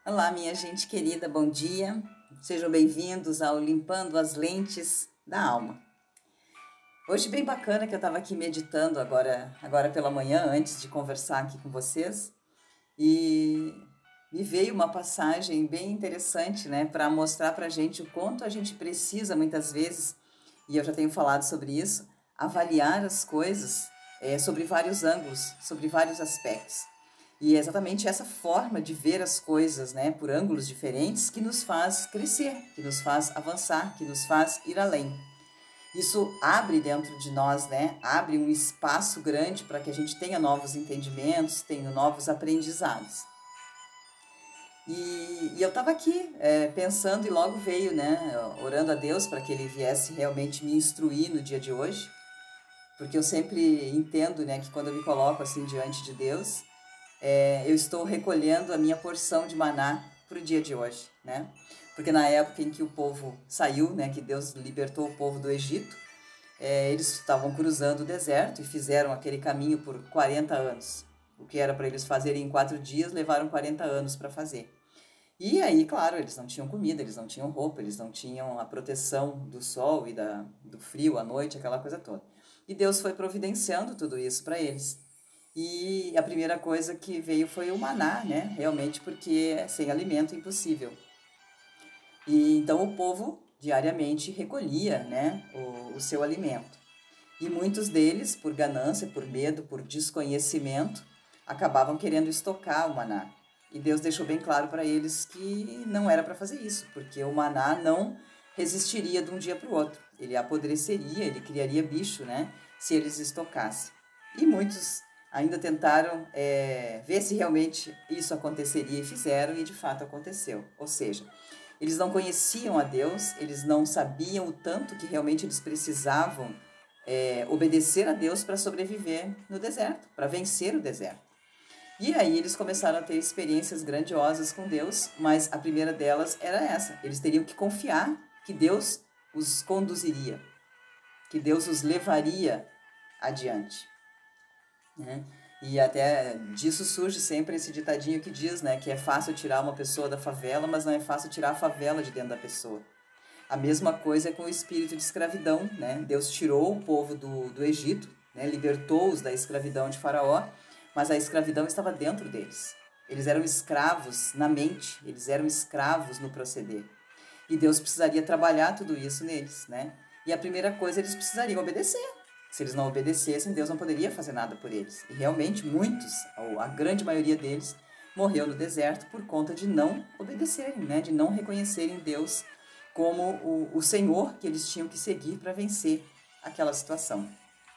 Olá, minha gente querida, bom dia. Sejam bem-vindos ao Limpando as Lentes da Alma. Hoje bem bacana que eu estava aqui meditando agora pela manhã, antes de conversar aqui com vocês, e me veio uma passagem bem interessante, né, para mostrar para a gente o quanto a gente precisa muitas vezes, e eu já tenho falado sobre isso, avaliar as coisas sobre vários ângulos, sobre vários aspectos. E é exatamente essa forma de ver as coisas, né, por ângulos diferentes, que nos faz crescer, que nos faz avançar, que nos faz ir além. Isso abre dentro de nós, né, abre um espaço grande para que a gente tenha novos entendimentos, tenha novos aprendizados. E eu estava aqui pensando e logo veio, né, orando a Deus para que Ele viesse realmente me instruir no dia de hoje, porque eu sempre entendo, né, que quando eu me coloco assim diante de Deus, eu estou recolhendo a minha porção de maná para o dia de hoje, né? Porque na época em que o povo saiu, né, que Deus libertou o povo do Egito, eles estavam cruzando o deserto e fizeram aquele caminho por 40 anos. O que era para eles fazerem em 4 dias, levaram 40 anos para fazer. E aí, claro, eles não tinham comida, eles não tinham roupa, eles não tinham a proteção do sol e do frio à noite, aquela coisa toda. E Deus foi providenciando tudo isso para eles. E a primeira coisa que veio foi o maná, né? Realmente, porque sem alimento é impossível. E então o povo diariamente recolhia, né, o seu alimento. E muitos deles, por ganância, por medo, por desconhecimento, acabavam querendo estocar o maná. E Deus deixou bem claro para eles que não era para fazer isso, porque o maná não resistiria de um dia para o outro. Ele apodreceria, ele criaria bicho, né, se eles estocassem. E muitos ainda tentaram ver se realmente isso aconteceria e fizeram, e de fato aconteceu. Ou seja, eles não conheciam a Deus, eles não sabiam o tanto que realmente eles precisavam obedecer a Deus para sobreviver no deserto, para vencer o deserto. E aí eles começaram a ter experiências grandiosas com Deus, mas a primeira delas era essa. Eles teriam que confiar que Deus os conduziria, que Deus os levaria adiante, né? E até disso surge sempre esse ditadinho que diz, né, que é fácil tirar uma pessoa da favela, mas não é fácil tirar a favela de dentro da pessoa. A mesma coisa é com o espírito de escravidão, né? Deus tirou o povo do Egito, né? Libertou-os da escravidão de Faraó, mas a escravidão estava dentro deles. Eles eram escravos na mente, eles eram escravos no proceder. E Deus precisaria trabalhar tudo isso neles, né? E a primeira coisa, eles precisariam obedecer. Se eles não obedecessem, Deus não poderia fazer nada por eles. E realmente muitos, ou a grande maioria deles, morreu no deserto por conta de não obedecerem, né? De não reconhecerem Deus como o Senhor que eles tinham que seguir para vencer aquela situação.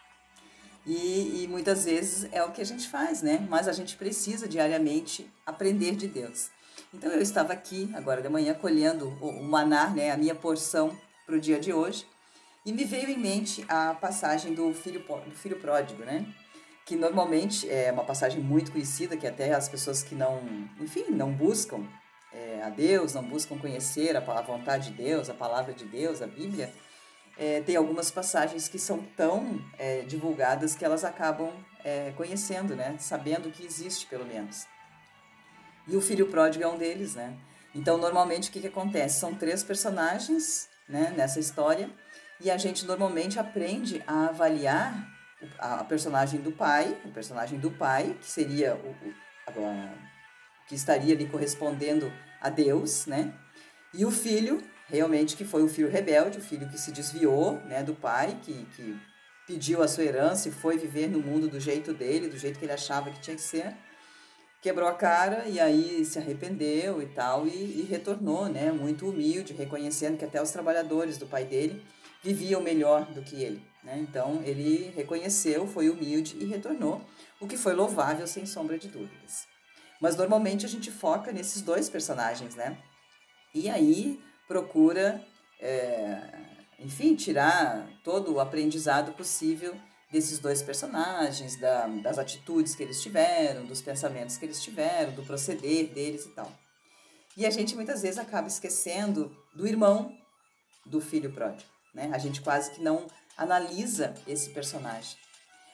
E muitas vezes é o que a gente faz, né? Mas a gente precisa diariamente aprender de Deus. Então eu estava aqui agora de manhã colhendo o maná, né? A minha porção para o dia de hoje. E me veio em mente a passagem do filho pródigo, né? Que normalmente é uma passagem muito conhecida, que até as pessoas que não, enfim, não buscam a Deus, não buscam conhecer a vontade de Deus, a palavra de Deus, a Bíblia, tem algumas passagens que são tão divulgadas que elas acabam conhecendo, né? Sabendo que existe, pelo menos. E o filho pródigo é um deles, né? Então, normalmente, o que acontece? São 3 personagens, né, nessa história, e a gente normalmente aprende a avaliar a personagem do pai, o personagem do pai, que seria que estaria ali correspondendo a Deus, né? E o filho, realmente, que foi o filho rebelde, o filho que se desviou, né, do pai, que pediu a sua herança e foi viver no mundo do jeito dele, do jeito que ele achava que tinha que ser. Quebrou a cara e aí se arrependeu e tal, e retornou, né, muito humilde, reconhecendo que até os trabalhadores do pai dele viviam melhor do que ele, né? Então ele reconheceu, foi humilde e retornou, o que foi louvável sem sombra de dúvidas. Mas normalmente a gente foca nesses 2 personagens, né? E aí procura, enfim, tirar todo o aprendizado possível desses 2 personagens, das atitudes que eles tiveram, dos pensamentos que eles tiveram, do proceder deles e tal. E a gente muitas vezes acaba esquecendo do irmão do filho pródigo, né? A gente quase que não analisa esse personagem.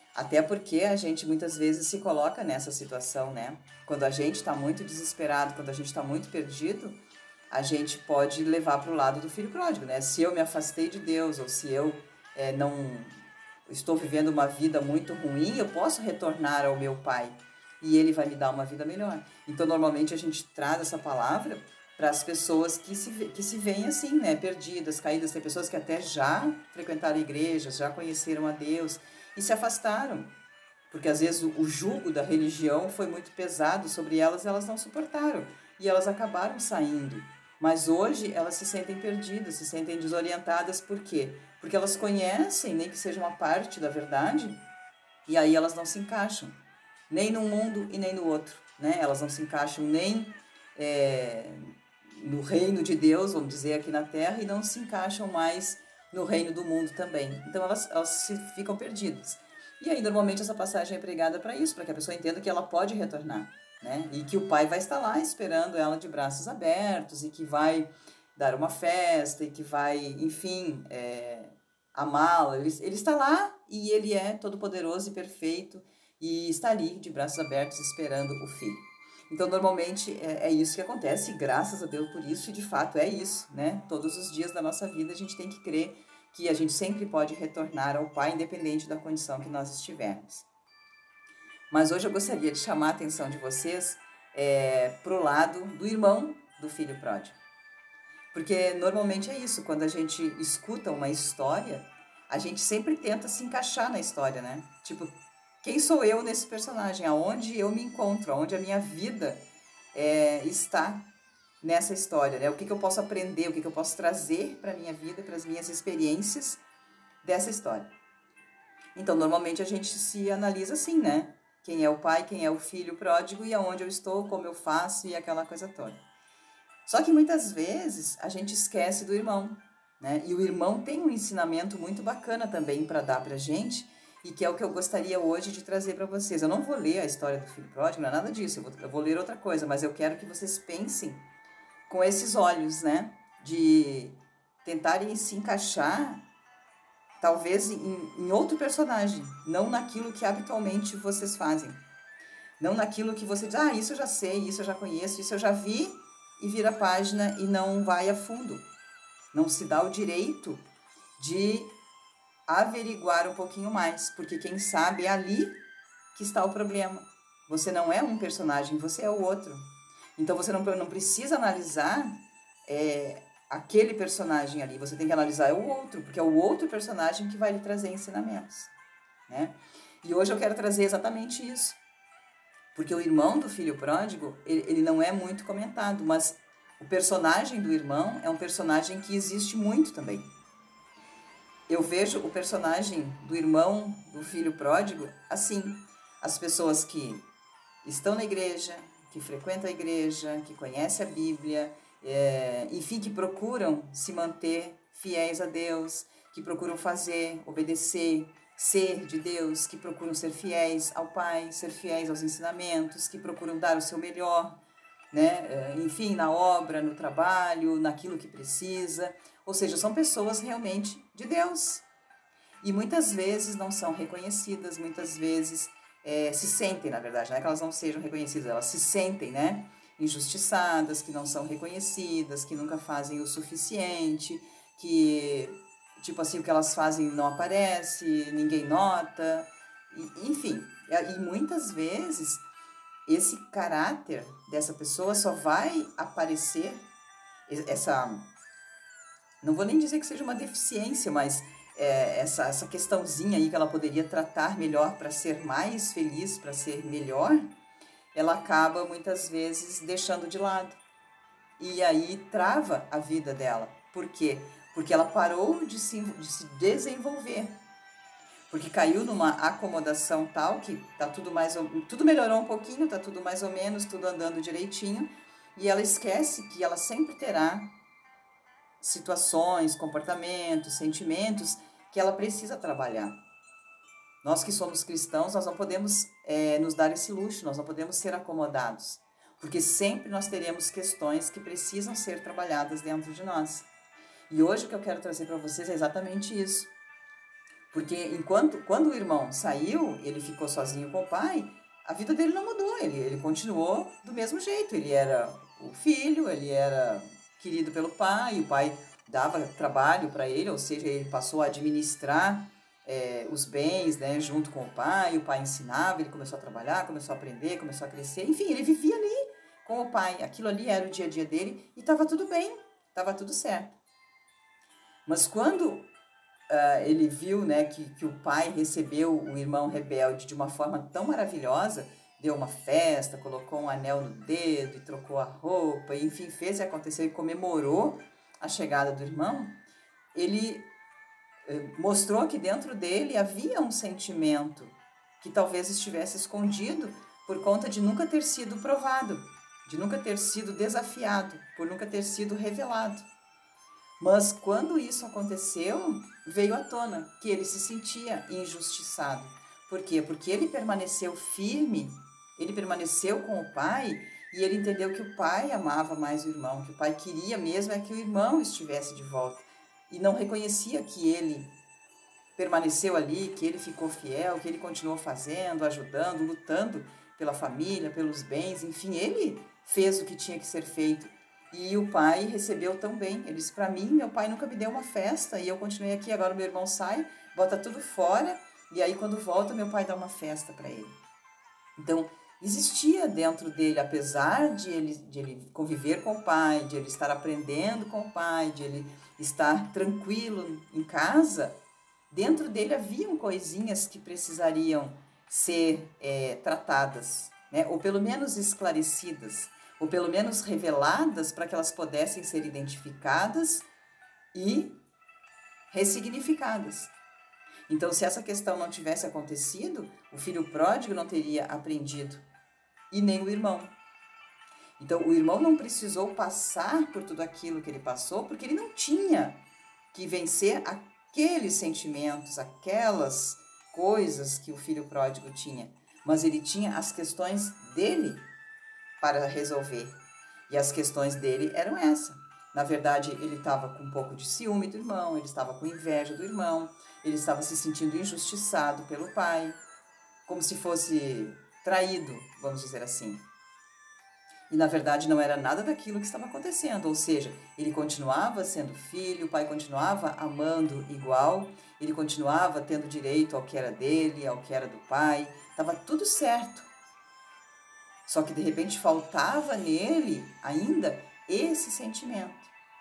Até porque a gente muitas vezes se coloca nessa situação, né? Quando a gente está muito desesperado, quando a gente está muito perdido, a gente pode levar para o lado do filho pródigo, né? Se eu me afastei de Deus, ou se eu não estou vivendo uma vida muito ruim, eu posso retornar ao meu pai e ele vai me dar uma vida melhor. Então, normalmente a gente traz essa palavra para as pessoas que se veem assim, né? Perdidas, caídas. Tem pessoas que até já frequentaram igrejas, já conheceram a Deus e se afastaram. Porque às vezes o jugo da religião foi muito pesado sobre elas e elas não suportaram. E elas acabaram saindo. Mas hoje elas se sentem perdidas, se sentem desorientadas. Por quê? Porque elas conhecem, nem que seja uma parte da verdade, e aí elas não se encaixam. Nem num mundo e nem no outro. Né? Elas não se encaixam nem no reino de Deus, vamos dizer, aqui na Terra, e não se encaixam mais no reino do mundo também. Então elas se ficam perdidas. E aí, normalmente, essa passagem é pregada para isso, para que a pessoa entenda que ela pode retornar, né? E que o pai vai estar lá esperando ela de braços abertos e que vai dar uma festa e que vai, enfim, amá-la. Ele está lá e ele é todo-poderoso e perfeito e está ali de braços abertos esperando o filho. Então, normalmente, é isso que acontece, e graças a Deus por isso, e de fato é isso, né? Todos os dias da nossa vida a gente tem que crer que a gente sempre pode retornar ao Pai, independente da condição que nós estivermos. Mas hoje eu gostaria de chamar a atenção de vocês para o lado do irmão do filho pródigo. Porque normalmente é isso, quando a gente escuta uma história, a gente sempre tenta se encaixar na história, né? Tipo, quem sou eu nesse personagem? Aonde eu me encontro? Aonde a minha vida está nessa história, né? O que eu posso aprender, o que eu posso trazer para a minha vida, para as minhas experiências dessa história. Então, normalmente a gente se analisa assim, né? Quem é o pai, quem é o filho pródigo e aonde eu estou, como eu faço e aquela coisa toda. Só que muitas vezes a gente esquece do irmão, né? E o irmão tem um ensinamento muito bacana também para dar para a gente e que é o que eu gostaria hoje de trazer para vocês. Eu não vou ler a história do filho pródigo, não é nada disso, eu vou ler outra coisa, mas eu quero que vocês pensem com esses olhos, né? De tentarem se encaixar, talvez em outro personagem, não naquilo que habitualmente vocês fazem. Não naquilo que você diz, isso eu já sei, isso eu já conheço, isso eu já vi, e vira a página e não vai a fundo. Não se dá o direito de averiguar um pouquinho mais, porque quem sabe é ali que está o problema. Você não é um personagem, você é o outro. Então você não precisa analisar aquele personagem ali, você tem que analisar o outro, porque é o outro personagem que vai lhe trazer ensinamentos, né? E hoje eu quero trazer exatamente isso, porque o irmão do filho pródigo, ele não é muito comentado, mas o personagem do irmão é um personagem que existe muito também. Eu vejo o personagem do irmão do filho pródigo assim, as pessoas que estão na igreja, que frequentam a igreja, que conhecem a Bíblia, enfim, que procuram se manter fiéis a Deus, que procuram fazer, obedecer, ser de Deus, que procuram ser fiéis ao Pai, ser fiéis aos ensinamentos, que procuram dar o seu melhor, né? Enfim, na obra, no trabalho, naquilo que precisa. Ou seja, são pessoas realmente de Deus. E muitas vezes não são reconhecidas, muitas vezes se sentem, na verdade, não é que elas não sejam reconhecidas, elas se sentem, né, injustiçadas, que não são reconhecidas, que nunca fazem o suficiente, que, tipo assim, o que elas fazem não aparece, ninguém nota, enfim. E muitas vezes esse caráter dessa pessoa só vai aparecer, não vou nem dizer que seja uma deficiência, mas essa questãozinha aí que ela poderia tratar melhor para ser mais feliz, para ser melhor, ela acaba muitas vezes deixando de lado. E aí trava a vida dela. Por quê? Porque ela parou de se desenvolver. Porque caiu numa acomodação tal que tudo melhorou um pouquinho, tá tudo mais ou menos, tudo andando direitinho, e ela esquece que ela sempre terá situações, comportamentos, sentimentos que ela precisa trabalhar. Nós que somos cristãos, nós não podemos nos dar esse luxo, nós não podemos ser acomodados, porque sempre nós teremos questões que precisam ser trabalhadas dentro de nós. E hoje o que eu quero trazer para vocês é exatamente isso. Porque quando o irmão saiu, ele ficou sozinho com o pai, a vida dele não mudou, ele continuou do mesmo jeito. Ele era o filho, ele era querido pelo pai, o pai dava trabalho para ele, ou seja, ele passou a administrar os bens, né, junto com o pai ensinava, ele começou a trabalhar, começou a aprender, começou a crescer, enfim, ele vivia ali com o pai, aquilo ali era o dia a dia dele e estava tudo bem, estava tudo certo. Mas quando ele viu, né, que o pai recebeu o irmão rebelde de uma forma tão maravilhosa, deu uma festa, colocou um anel no dedo e trocou a roupa, e, enfim, fez e aconteceu e comemorou a chegada do irmão, ele mostrou que dentro dele havia um sentimento que talvez estivesse escondido por conta de nunca ter sido provado, de nunca ter sido desafiado, por nunca ter sido revelado. Mas quando isso aconteceu, veio à tona que ele se sentia injustiçado. Por quê? Porque ele permaneceu firme, ele permaneceu com o pai e ele entendeu que o pai amava mais o irmão, que o pai queria mesmo é que o irmão estivesse de volta. E não reconhecia que ele permaneceu ali, que ele ficou fiel, que ele continuou fazendo, ajudando, lutando pela família, pelos bens, enfim, ele fez o que tinha que ser feito. E o pai recebeu tão bem. Ele disse, para mim, meu pai nunca me deu uma festa e eu continuei aqui, agora meu irmão sai, bota tudo fora e aí quando volta meu pai dá uma festa para ele. Então, existia dentro dele, apesar de ele conviver com o pai, de ele estar aprendendo com o pai, de ele estar tranquilo em casa, dentro dele haviam coisinhas que precisariam ser tratadas, né? Ou pelo menos esclarecidas, ou pelo menos reveladas para que elas pudessem ser identificadas e ressignificadas. Então, se essa questão não tivesse acontecido, o filho pródigo não teria aprendido, e nem o irmão. Então, o irmão não precisou passar por tudo aquilo que ele passou, porque ele não tinha que vencer aqueles sentimentos, aquelas coisas que o filho pródigo tinha, mas ele tinha as questões dele para resolver. E as questões dele eram essa. Na verdade, ele estava com um pouco de ciúme do irmão, ele estava com inveja do irmão, ele estava se sentindo injustiçado pelo pai, como se fosse traído, vamos dizer assim. E na verdade não era nada daquilo que estava acontecendo, ou seja, ele continuava sendo filho, o pai continuava amando igual, ele continuava tendo direito ao que era dele, ao que era do pai, estava tudo certo. Só que de repente faltava nele ainda esse sentimento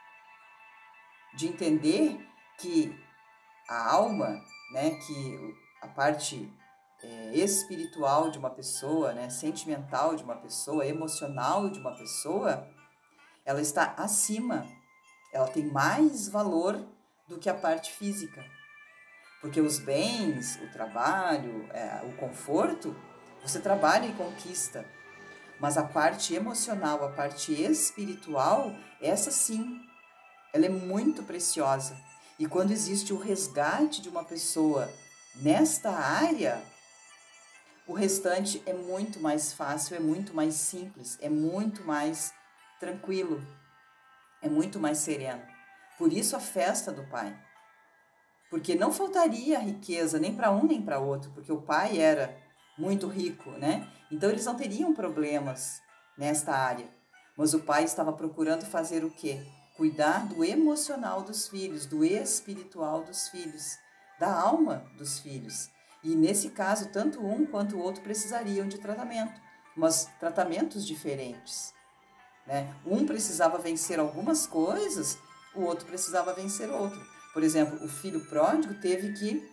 de entender que a alma, né, que a parte espiritual de uma pessoa, né, sentimental de uma pessoa, emocional de uma pessoa, ela está acima, ela tem mais valor do que a parte física. Porque os bens, o trabalho, o conforto, você trabalha e conquista. Mas a parte emocional, a parte espiritual, essa sim, ela é muito preciosa. E quando existe o resgate de uma pessoa nesta área, o restante é muito mais fácil, é muito mais simples, é muito mais tranquilo, é muito mais sereno. Por isso a festa do pai. Porque não faltaria riqueza nem para um nem para outro, porque o pai era muito rico, né? Então eles não teriam problemas nesta área. Mas o pai estava procurando fazer o quê? Cuidar do emocional dos filhos, do espiritual dos filhos, da alma dos filhos. E nesse caso, tanto um quanto o outro precisariam de tratamento, mas tratamentos diferentes, né? Um precisava vencer algumas coisas, o outro precisava vencer outro. Por exemplo, o filho pródigo teve que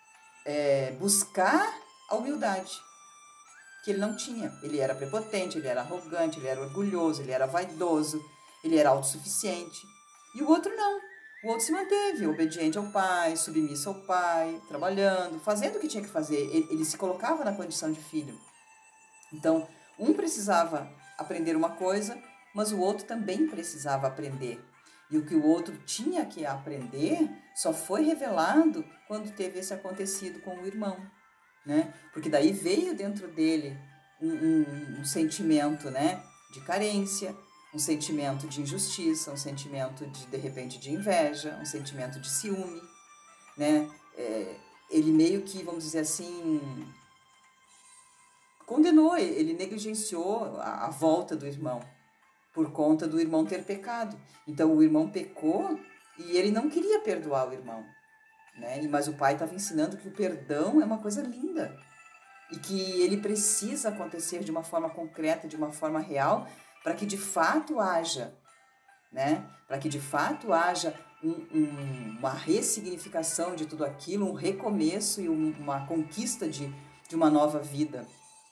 buscar a humildade, que ele não tinha. Ele era prepotente, ele era arrogante, ele era orgulhoso, ele era vaidoso, ele era autossuficiente. E o outro não. O outro se manteve obediente ao pai, submisso ao pai, trabalhando, fazendo o que tinha que fazer. Ele se colocava na condição de filho. Então, um precisava aprender uma coisa, mas o outro também precisava aprender. E o que o outro tinha que aprender só foi revelado quando teve esse acontecido com o irmão, né? Porque daí veio dentro dele um sentimento, né, de carência, um sentimento de injustiça, um sentimento de repente de inveja, um sentimento de ciúme, né? ele meio que, vamos dizer assim, condenou, ele negligenciou a volta do irmão, por conta do irmão ter pecado. Então o irmão pecou e ele não queria perdoar o irmão, né? Mas o pai estava ensinando que o perdão é uma coisa linda e que ele precisa acontecer de uma forma concreta, de uma forma real, para que de fato haja, né? Para que de fato haja uma ressignificação de tudo aquilo, um recomeço e uma conquista de uma nova vida.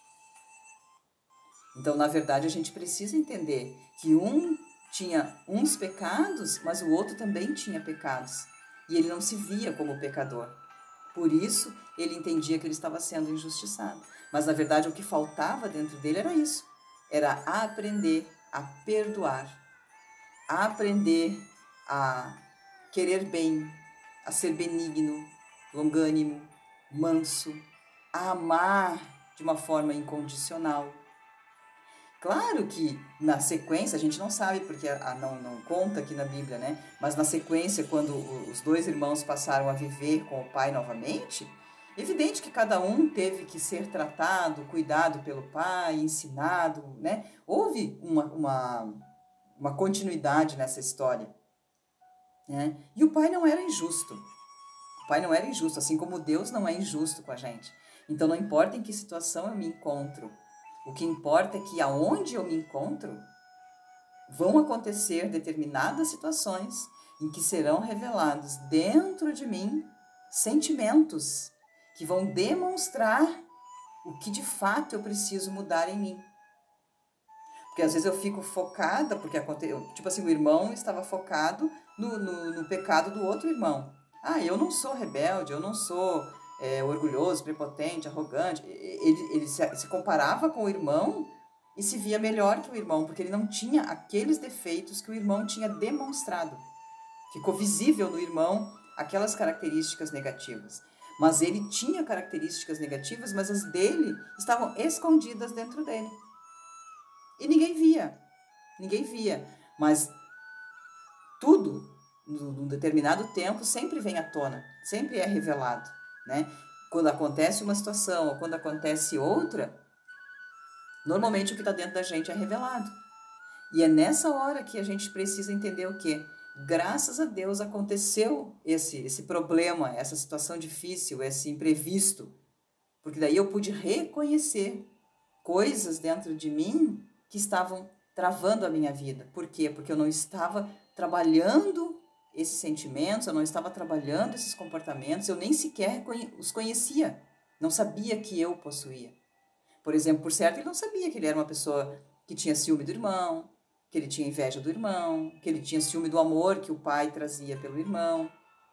Então, na verdade, a gente precisa entender que um tinha uns pecados, mas o outro também tinha pecados. E ele não se via como pecador. Por isso, ele entendia que ele estava sendo injustiçado. Mas, na verdade, o que faltava dentro dele era isso. Era aprender a perdoar. A aprender a querer bem, a ser benigno, longânimo, manso, a amar de uma forma incondicional. Claro que na sequência, a gente não sabe porque não conta aqui na Bíblia, né? Mas na sequência, quando os dois irmãos passaram a viver com o pai novamente, evidente que cada um teve que ser tratado, cuidado pelo pai, ensinado, né? Houve uma continuidade nessa história, né? E o pai não era injusto. O pai não era injusto, assim como Deus não é injusto com a gente. Então não importa em que situação eu me encontro, o que importa é que aonde eu me encontro, vão acontecer determinadas situações em que serão revelados dentro de mim sentimentos que vão demonstrar o que de fato eu preciso mudar em mim. Porque às vezes eu fico focada, porque aconteceu, tipo assim, o irmão estava focado no pecado do outro irmão. Ah, eu não sou rebelde, eu não sou orgulhoso, prepotente, arrogante. Ele se comparava com o irmão e se via melhor que o irmão, porque ele não tinha aqueles defeitos que o irmão tinha demonstrado. Ficou visível no irmão aquelas características negativas. Mas ele tinha características negativas, mas as dele estavam escondidas dentro dele. E ninguém via. Mas tudo, num determinado tempo, sempre vem à tona, sempre é revelado, né? Quando acontece uma situação ou quando acontece outra, normalmente o que está dentro da gente é revelado. E é nessa hora que a gente precisa entender o quê? Graças a Deus aconteceu esse problema, essa situação difícil, esse imprevisto, porque daí eu pude reconhecer coisas dentro de mim que estavam travando a minha vida. Por quê? Porque eu não estava trabalhando esses sentimentos, eu não estava trabalhando esses comportamentos, eu nem sequer os conhecia, não sabia que eu possuía. Por exemplo, por certo, ele não sabia que ele era uma pessoa que tinha ciúme do irmão, que ele tinha inveja do irmão, que ele tinha ciúme do amor que o pai trazia pelo irmão.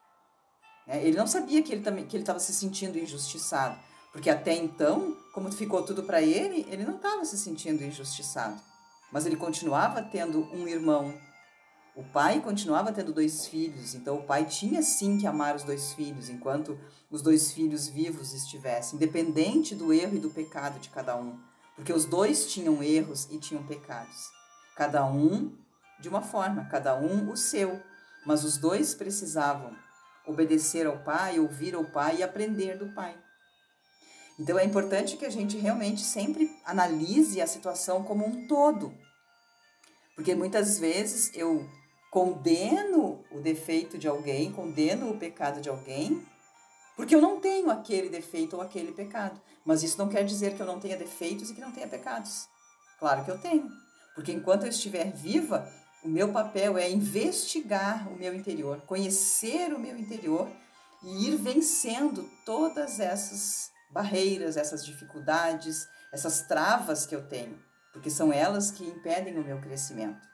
Ele não sabia que ele estava se sentindo injustiçado, porque até então, como ficou tudo para ele não estava se sentindo injustiçado. Mas ele continuava tendo um irmão. O pai continuava tendo 2 filhos, então o pai tinha sim que amar os 2 filhos, enquanto os 2 filhos vivos estivessem, independente do erro e do pecado de cada um. Porque os 2 tinham erros e tinham pecados. Cada um de uma forma, cada um o seu. Mas os 2 precisavam obedecer ao pai, ouvir ao pai e aprender do pai. Então é importante que a gente realmente sempre analise a situação como um todo. Porque muitas vezes eu condeno o defeito de alguém, condeno o pecado de alguém, porque eu não tenho aquele defeito ou aquele pecado. Mas isso não quer dizer que eu não tenha defeitos e que não tenha pecados. Claro que eu tenho. Porque enquanto eu estiver viva, o meu papel é investigar o meu interior, conhecer o meu interior e ir vencendo todas essas barreiras, essas dificuldades, essas travas que eu tenho, porque são elas que impedem o meu crescimento,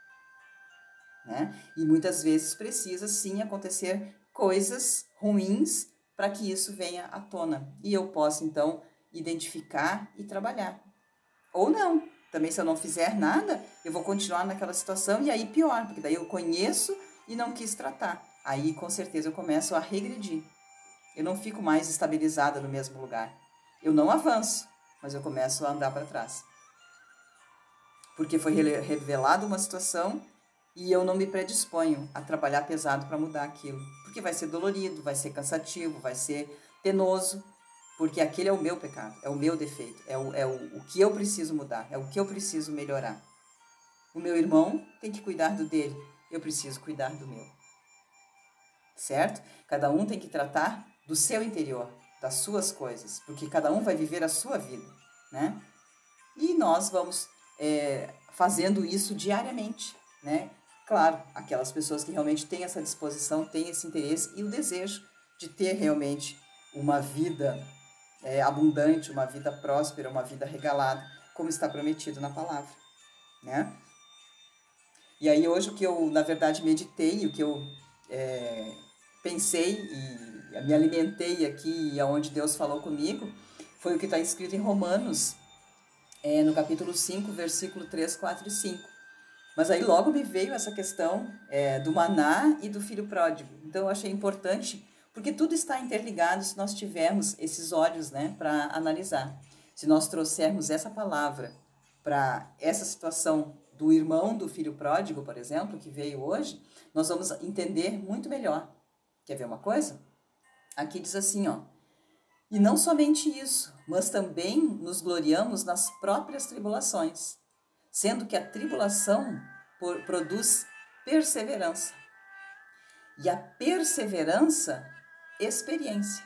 né? E muitas vezes precisa sim acontecer coisas ruins para que isso venha à tona e eu possa então identificar e trabalhar. Ou não, também se eu não fizer nada, eu vou continuar naquela situação e aí pior, porque daí eu conheço e não quis tratar. Aí com certeza eu começo a regredir. Eu não fico mais estabilizada no mesmo lugar. Eu não avanço, mas eu começo a andar para trás. Porque foi revelada uma situação e eu não me predisponho a trabalhar pesado para mudar aquilo. Porque vai ser dolorido, vai ser cansativo, vai ser penoso, porque aquele é o meu pecado, é o meu defeito, o que eu preciso mudar, é o que eu preciso melhorar. O meu irmão tem que cuidar do dele, eu preciso cuidar do meu. Certo? Cada um tem que tratar do seu interior, das suas coisas, porque cada um vai viver a sua vida, né? E nós vamos fazendo isso diariamente, né? Claro, aquelas pessoas que realmente têm essa disposição, têm esse interesse e o desejo de ter realmente uma vida abundante, uma vida próspera, uma vida regalada, como está prometido na palavra, né? E aí hoje o que eu, na verdade, meditei, o que eu pensei e me alimentei aqui, aonde Deus falou comigo, foi o que está escrito em Romanos, no capítulo 5, versículo 3, 4 e 5. Mas aí logo me veio essa questão do maná e do filho pródigo. Então eu achei importante, porque tudo está interligado se nós tivermos esses olhos, né, para analisar. Se nós trouxermos essa palavra para essa situação do irmão do filho pródigo, por exemplo, que veio hoje, nós vamos entender muito melhor. Quer ver uma coisa? Aqui diz assim, ó. E não somente isso, mas também nos gloriamos nas próprias tribulações, sendo que a tribulação produz perseverança. E a perseverança, experiência.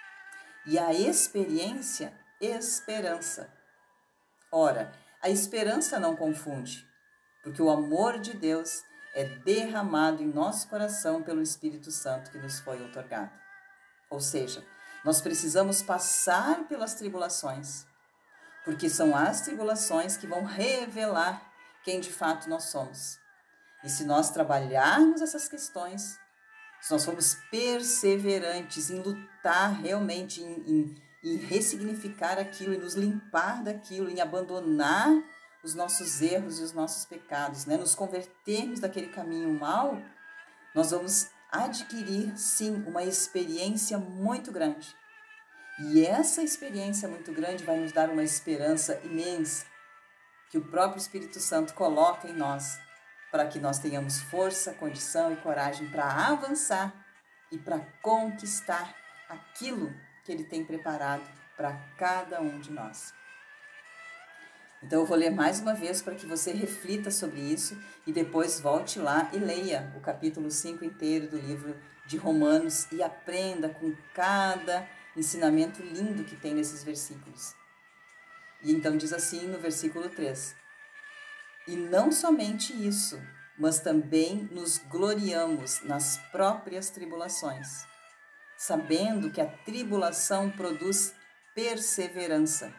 E a experiência, esperança. Ora, a esperança não confunde, porque o amor de Deus é derramado em nosso coração pelo Espírito Santo que nos foi outorgado. Ou seja, nós precisamos passar pelas tribulações, porque são as tribulações que vão revelar quem de fato nós somos. E se nós trabalharmos essas questões, se nós formos perseverantes em lutar realmente, em ressignificar aquilo, em nos limpar daquilo, em abandonar os nossos erros e os nossos pecados, né? Nos convertermos daquele caminho mau, nós vamos adquirir, sim, uma experiência muito grande. E essa experiência muito grande vai nos dar uma esperança imensa que o próprio Espírito Santo coloca em nós, para que nós tenhamos força, condição e coragem para avançar e para conquistar aquilo que Ele tem preparado para cada um de nós. Então eu vou ler mais uma vez para que você reflita sobre isso e depois volte lá e leia o capítulo 5 inteiro do livro de Romanos e aprenda com cada ensinamento lindo que tem nesses versículos. E então diz assim no versículo 3: E não somente isso, mas também nos gloriamos nas próprias tribulações, sabendo que a tribulação produz perseverança.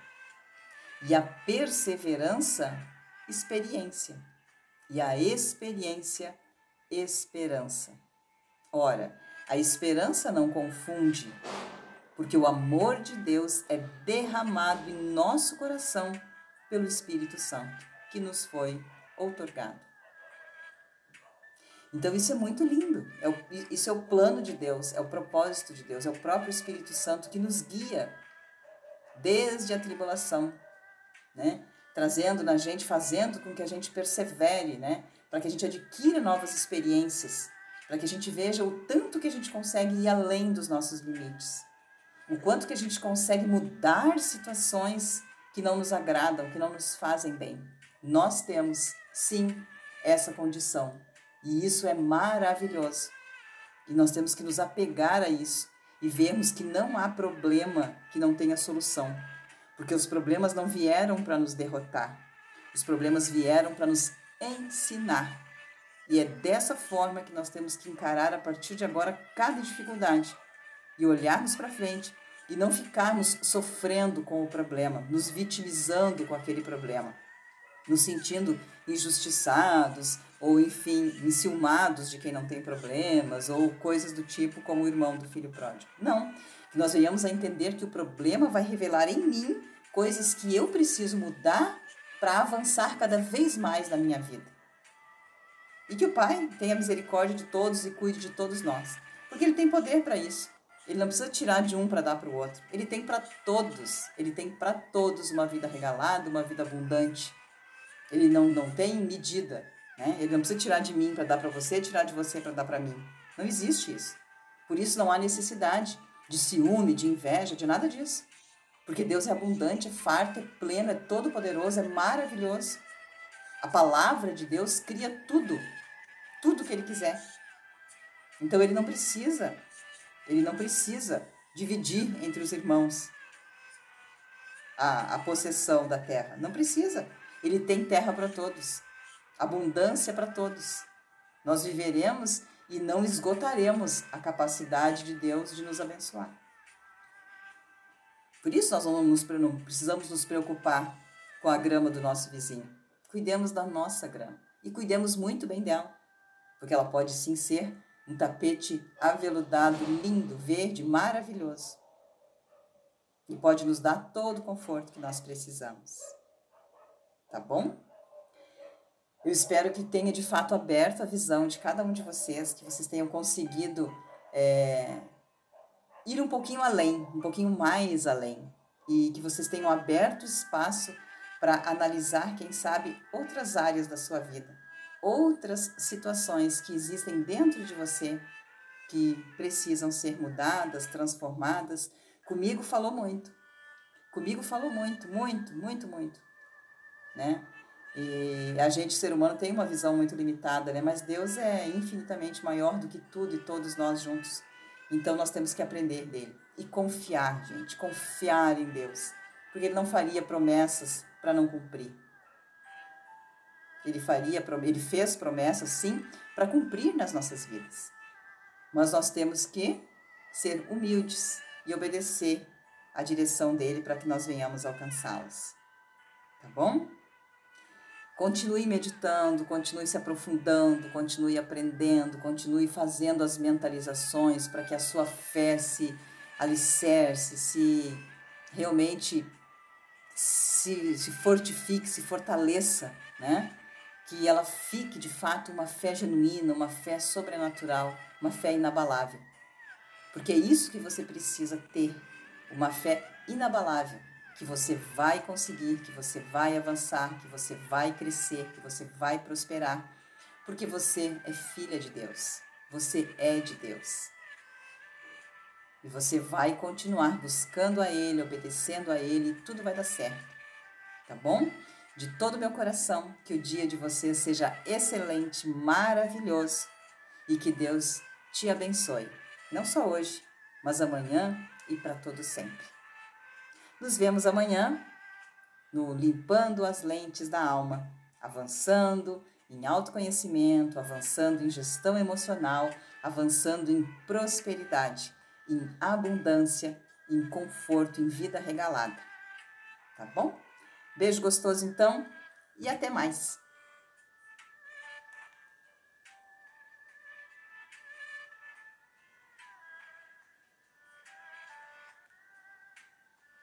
E a perseverança, experiência. E a experiência, esperança. Ora, a esperança não confunde, porque o amor de Deus é derramado em nosso coração pelo Espírito Santo, que nos foi outorgado. Então isso é muito lindo, isso é o plano de Deus, é o propósito de Deus, é o próprio Espírito Santo que nos guia desde a tribulação, né? Trazendo na gente, fazendo com que a gente persevere, né? Para que a gente adquira novas experiências, para que a gente veja o tanto que a gente consegue ir além dos nossos limites, o quanto que a gente consegue mudar situações que não nos agradam, que não nos fazem bem. Nós temos, sim, essa condição, e isso é maravilhoso. E nós temos que nos apegar a isso e vermos que não há problema que não tenha solução. Porque os problemas não vieram para nos derrotar. Os problemas vieram para nos ensinar. E é dessa forma que nós temos que encarar a partir de agora cada dificuldade. E olharmos para frente e não ficarmos sofrendo com o problema, nos vitimizando com aquele problema, nos sentindo injustiçados ou, enfim, enciumados de quem não tem problemas ou coisas do tipo como o irmão do filho pródigo. Não, que nós venhamos a entender que o problema vai revelar em mim coisas que eu preciso mudar para avançar cada vez mais na minha vida. E que o Pai tenha misericórdia de todos e cuide de todos nós, porque Ele tem poder para isso. Ele não precisa tirar de um para dar para o outro. Ele tem para todos. Ele tem para todos uma vida regalada, uma vida abundante. Ele não tem medida, né? Ele não precisa tirar de mim para dar para você, tirar de você para dar para mim. Não existe isso. Por isso não há necessidade de ciúme, de inveja, de nada disso. Porque Deus é abundante, é farto, é pleno, é todo-poderoso, é maravilhoso. A palavra de Deus cria tudo, tudo que Ele quiser. Então Ele não precisa dividir entre os irmãos a possessão da terra. Não precisa. Ele tem terra para todos, abundância para todos. Nós viveremos e não esgotaremos a capacidade de Deus de nos abençoar. Por isso nós não precisamos nos preocupar com a grama do nosso vizinho. Cuidemos da nossa grama e cuidemos muito bem dela, porque ela pode sim ser um tapete aveludado, lindo, verde, maravilhoso. E pode nos dar todo o conforto que nós precisamos. Tá bom? Eu espero que tenha de fato aberto a visão de cada um de vocês, que vocês tenham conseguido ir um pouquinho além, um pouquinho mais além. E que vocês tenham aberto espaço para analisar, quem sabe, outras áreas da sua vida. Outras situações que existem dentro de você que precisam ser mudadas, transformadas. Comigo falou muito. Comigo falou muito, né? E a gente, ser humano, tem uma visão muito limitada, né? Mas Deus é infinitamente maior do que tudo e todos nós juntos. Então nós temos que aprender dele e confiar, gente, confiar em Deus, porque Ele não faria promessas para não cumprir. Ele fez promessas, sim, para cumprir nas nossas vidas. Mas nós temos que ser humildes e obedecer a direção dele para que nós venhamos alcançá-las. Tá bom? Continue meditando, continue se aprofundando, continue aprendendo, continue fazendo as mentalizações para que a sua fé se alicerce, se realmente se fortifique, se fortaleça, né? Que ela fique de fato uma fé genuína, uma fé sobrenatural, uma fé inabalável. Porque é isso que você precisa ter, uma fé inabalável, que você vai conseguir, que você vai avançar, que você vai crescer, que você vai prosperar, porque você é filha de Deus, você é de Deus. E você vai continuar buscando a Ele, obedecendo a Ele, e tudo vai dar certo, tá bom? De todo o meu coração, que o dia de vocês seja excelente, maravilhoso e que Deus te abençoe. Não só hoje, mas amanhã e para todo sempre. Nos vemos amanhã no Limpando as Lentes da Alma, avançando em autoconhecimento, avançando em gestão emocional, avançando em prosperidade, em abundância, em conforto, em vida regalada. Tá bom? Beijo gostoso então e até mais!